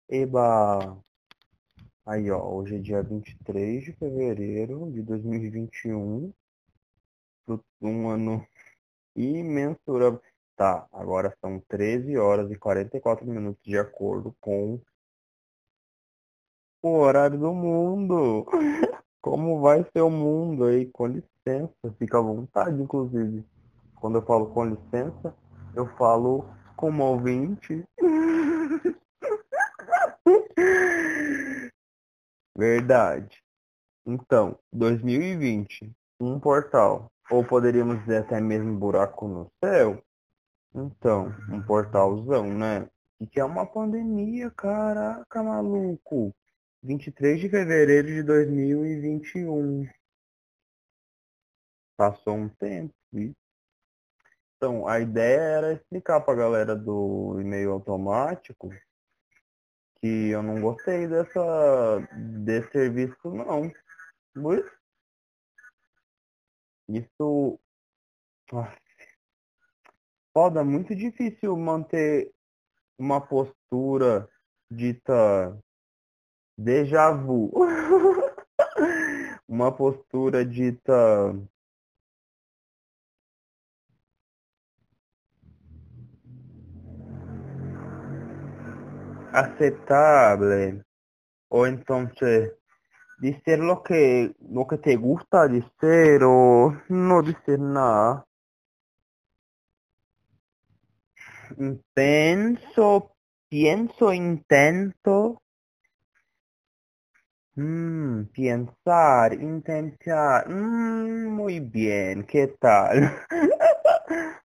Eba! Aí, ó, hoje é dia 23 de fevereiro de 2021, um ano imensurável. Tá, agora são 13 horas e 44 minutos de acordo com o horário do mundo. Como vai ser o mundo aí? Com licença, fica à vontade, inclusive. Quando eu falo com licença, eu falo como ouvinte. Verdade. Então, 2020, um portal, ou poderíamos dizer até mesmo buraco no céu. Então, um portalzão, né? E que é uma pandemia, caraca, maluco. 23 de fevereiro de 2021. Passou um tempo, viu? Então, a ideia era explicar pra galera do e-mail automático que eu não gostei desse serviço, não. Ui, isso, ah, foda, muito difícil manter uma postura dita déjà vu. Uma postura dita aceptable. O entonces, decir lo que te gusta decir o no decir nada. Pienso, intento. Pensar, intentar. Muy bien, ¿qué tal?